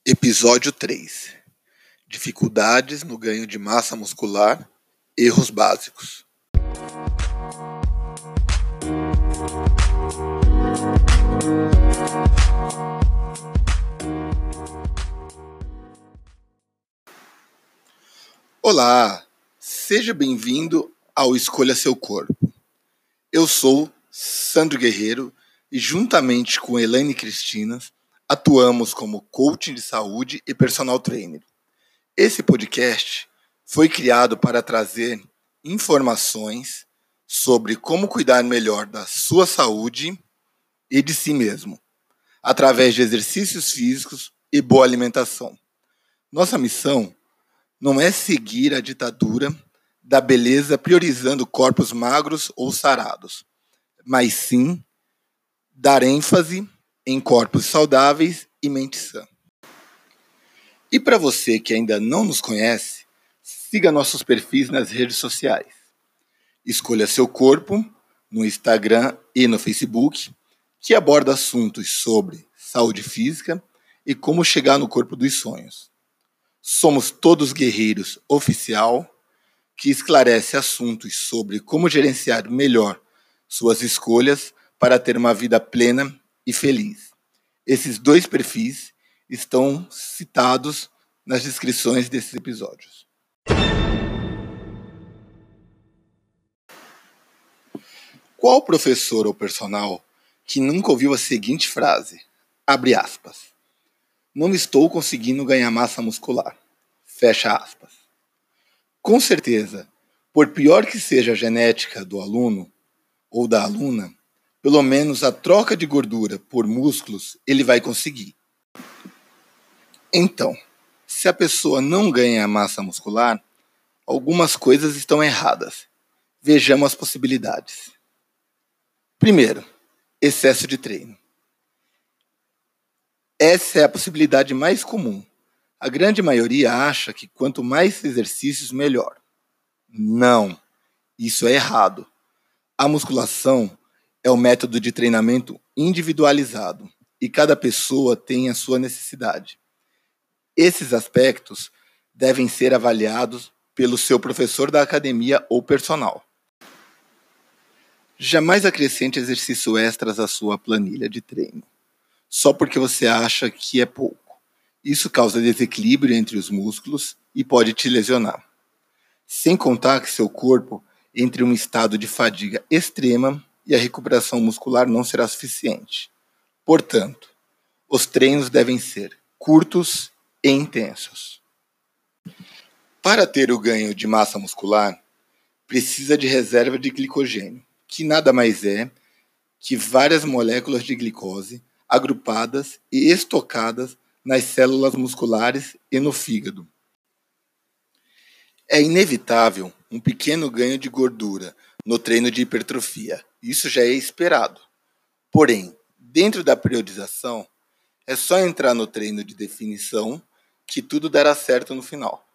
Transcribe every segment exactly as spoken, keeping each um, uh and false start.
Episódio três. Dificuldades no ganho de massa muscular, erros básicos. Olá, seja bem-vindo ao Escolha Seu Corpo. Eu sou Sandro Guerreiro e juntamente com Elaine Cristinas atuamos como coaching de saúde e personal trainer. Esse podcast foi criado para trazer informações sobre como cuidar melhor da sua saúde e de si mesmo, através de exercícios físicos e boa alimentação. Nossa missão não é seguir a ditadura da beleza priorizando corpos magros ou sarados, mas sim dar ênfase em corpos saudáveis e mente sã. E para você que ainda não nos conhece, siga nossos perfis nas redes sociais. Escolha Seu Corpo no Instagram e no Facebook, que aborda assuntos sobre saúde física e como chegar no corpo dos sonhos. Somos Todos Guerreiros Oficial, que esclarece assuntos sobre como gerenciar melhor suas escolhas para ter uma vida plena e feliz. Esses dois perfis estão citados nas descrições desses episódios. Qual professor ou personal que nunca ouviu a seguinte frase? Abre aspas. Não estou conseguindo ganhar massa muscular. Fecha aspas. Com certeza, por pior que seja a genética do aluno ou da aluna, pelo menos a troca de gordura por músculos ele vai conseguir. Então, se a pessoa não ganha massa muscular, algumas coisas estão erradas. Vejamos as possibilidades. Primeiro, excesso de treino. Essa é a possibilidade mais comum. A grande maioria acha que quanto mais exercícios, melhor. Não, isso é errado. A musculação é um método de treinamento individualizado e cada pessoa tem a sua necessidade. Esses aspectos devem ser avaliados pelo seu professor da academia ou personal. Jamais acrescente exercício extras à sua planilha de treino, só porque você acha que é pouco. Isso causa desequilíbrio entre os músculos e pode te lesionar. Sem contar que seu corpo entre em um estado de fadiga extrema e a recuperação muscular não será suficiente. Portanto, os treinos devem ser curtos e intensos. Para ter o ganho de massa muscular, precisa de reserva de glicogênio, que nada mais é que várias moléculas de glicose agrupadas e estocadas nas células musculares e no fígado. É inevitável um pequeno ganho de gordura no treino de hipertrofia. Isso já é esperado. Porém, dentro da periodização, é só entrar no treino de definição que tudo dará certo no final.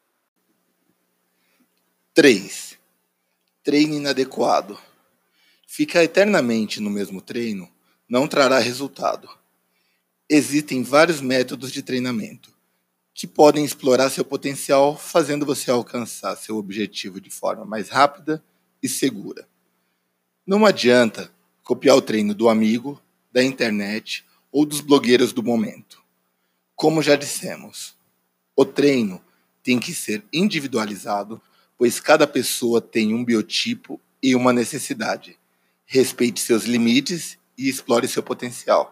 três. Treino inadequado. Ficar eternamente no mesmo treino não trará resultado. Existem vários métodos de treinamento que podem explorar seu potencial, fazendo você alcançar seu objetivo de forma mais rápida e segura. Não adianta copiar o treino do amigo, da internet ou dos blogueiros do momento. Como já dissemos, o treino tem que ser individualizado, pois cada pessoa tem um biotipo e uma necessidade. Respeite seus limites e explore seu potencial.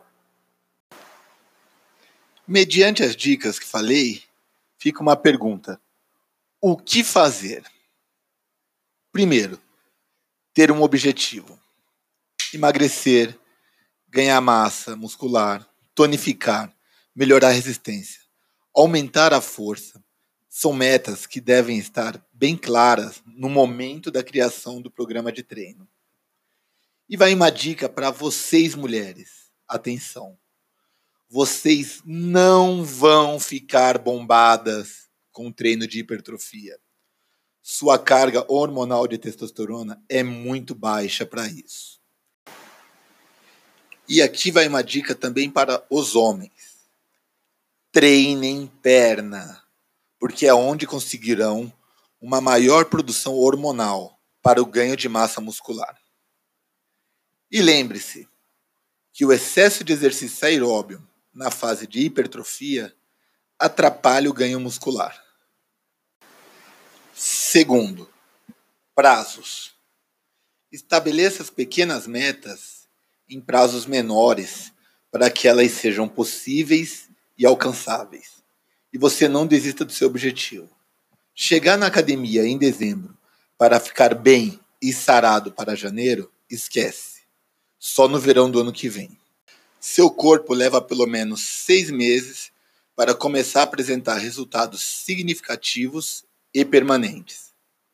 Mediante as dicas que falei, fica uma pergunta. O que fazer? Primeiro, ter um objetivo. Emagrecer, ganhar massa muscular, tonificar, melhorar a resistência, aumentar a força. São metas que devem estar bem claras no momento da criação do programa de treino. E vai uma dica para vocês, mulheres. Atenção. Vocês não vão ficar bombadas com treino de hipertrofia. Sua carga hormonal de testosterona é muito baixa para isso. E aqui vai uma dica também para os homens. Treinem perna, porque é onde conseguirão uma maior produção hormonal para o ganho de massa muscular. E lembre-se que o excesso de exercício aeróbio na fase de hipertrofia atrapalha o ganho muscular. Segundo, prazos. Estabeleça as pequenas metas em prazos menores para que elas sejam possíveis e alcançáveis. E você não desista do seu objetivo. Chegar na academia em dezembro para ficar bem e sarado para janeiro, esquece. Só no verão do ano que vem. Seu corpo leva pelo menos seis meses para começar a apresentar resultados significativos e permanentes.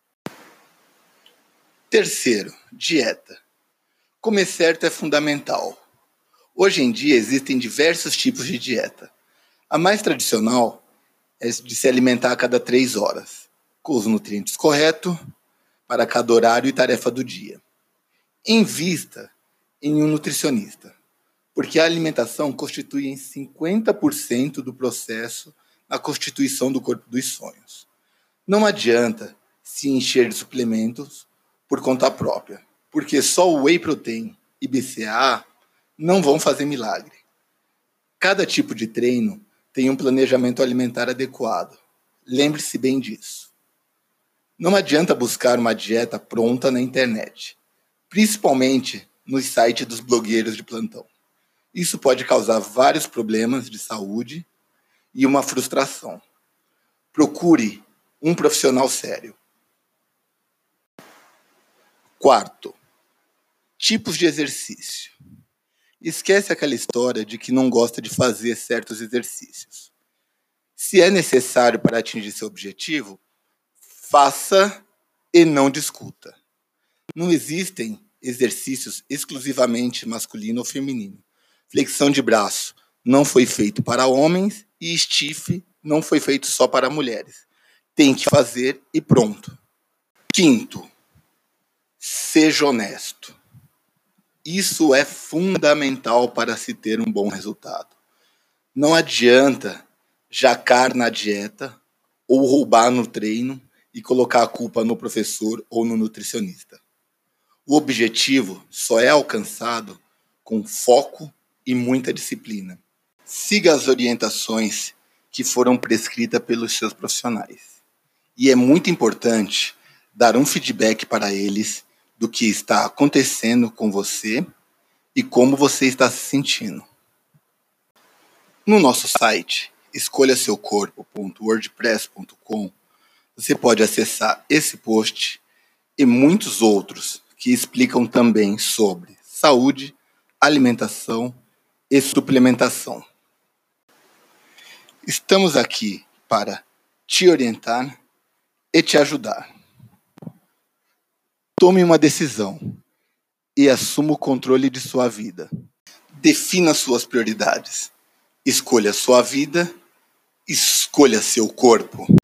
Terceiro, dieta. Comer certo é fundamental. Hoje em dia existem diversos tipos de dieta. A mais tradicional é de se alimentar a cada três horas, com os nutrientes corretos para cada horário e tarefa do dia. Invista em um nutricionista, porque a alimentação constitui em cinquenta por cento do processo na constituição do corpo dos sonhos. Não adianta se encher de suplementos por conta própria, porque só o Whey Protein e B C A A não vão fazer milagre. Cada tipo de treino tem um planejamento alimentar adequado. Lembre-se bem disso. Não adianta buscar uma dieta pronta na internet, principalmente nos sites dos blogueiros de plantão. Isso pode causar vários problemas de saúde e uma frustração. Procure um profissional sério. Quarto, tipos de exercício. Esquece aquela história de que não gosta de fazer certos exercícios. Se é necessário para atingir seu objetivo, faça e não discuta. Não existem exercícios exclusivamente masculino ou feminino. Flexão de braço não foi feito para homens e stiff não foi feito só para mulheres. Tem que fazer e pronto. Quinto, seja honesto. Isso é fundamental para se ter um bom resultado. Não adianta jacar na dieta ou roubar no treino e colocar a culpa no professor ou no nutricionista. O objetivo só é alcançado com foco e muita disciplina. Siga as orientações que foram prescritas pelos seus profissionais. E é muito importante dar um feedback para eles do que está acontecendo com você e como você está se sentindo. No nosso site, escolha seu corpo ponto wordpress ponto com, você pode acessar esse post e muitos outros que explicam também sobre saúde, alimentação e suplementação. Estamos aqui para te orientar e te ajudar. Tome uma decisão e assuma o controle de sua vida. Defina suas prioridades. Escolha sua vida, escolha seu corpo.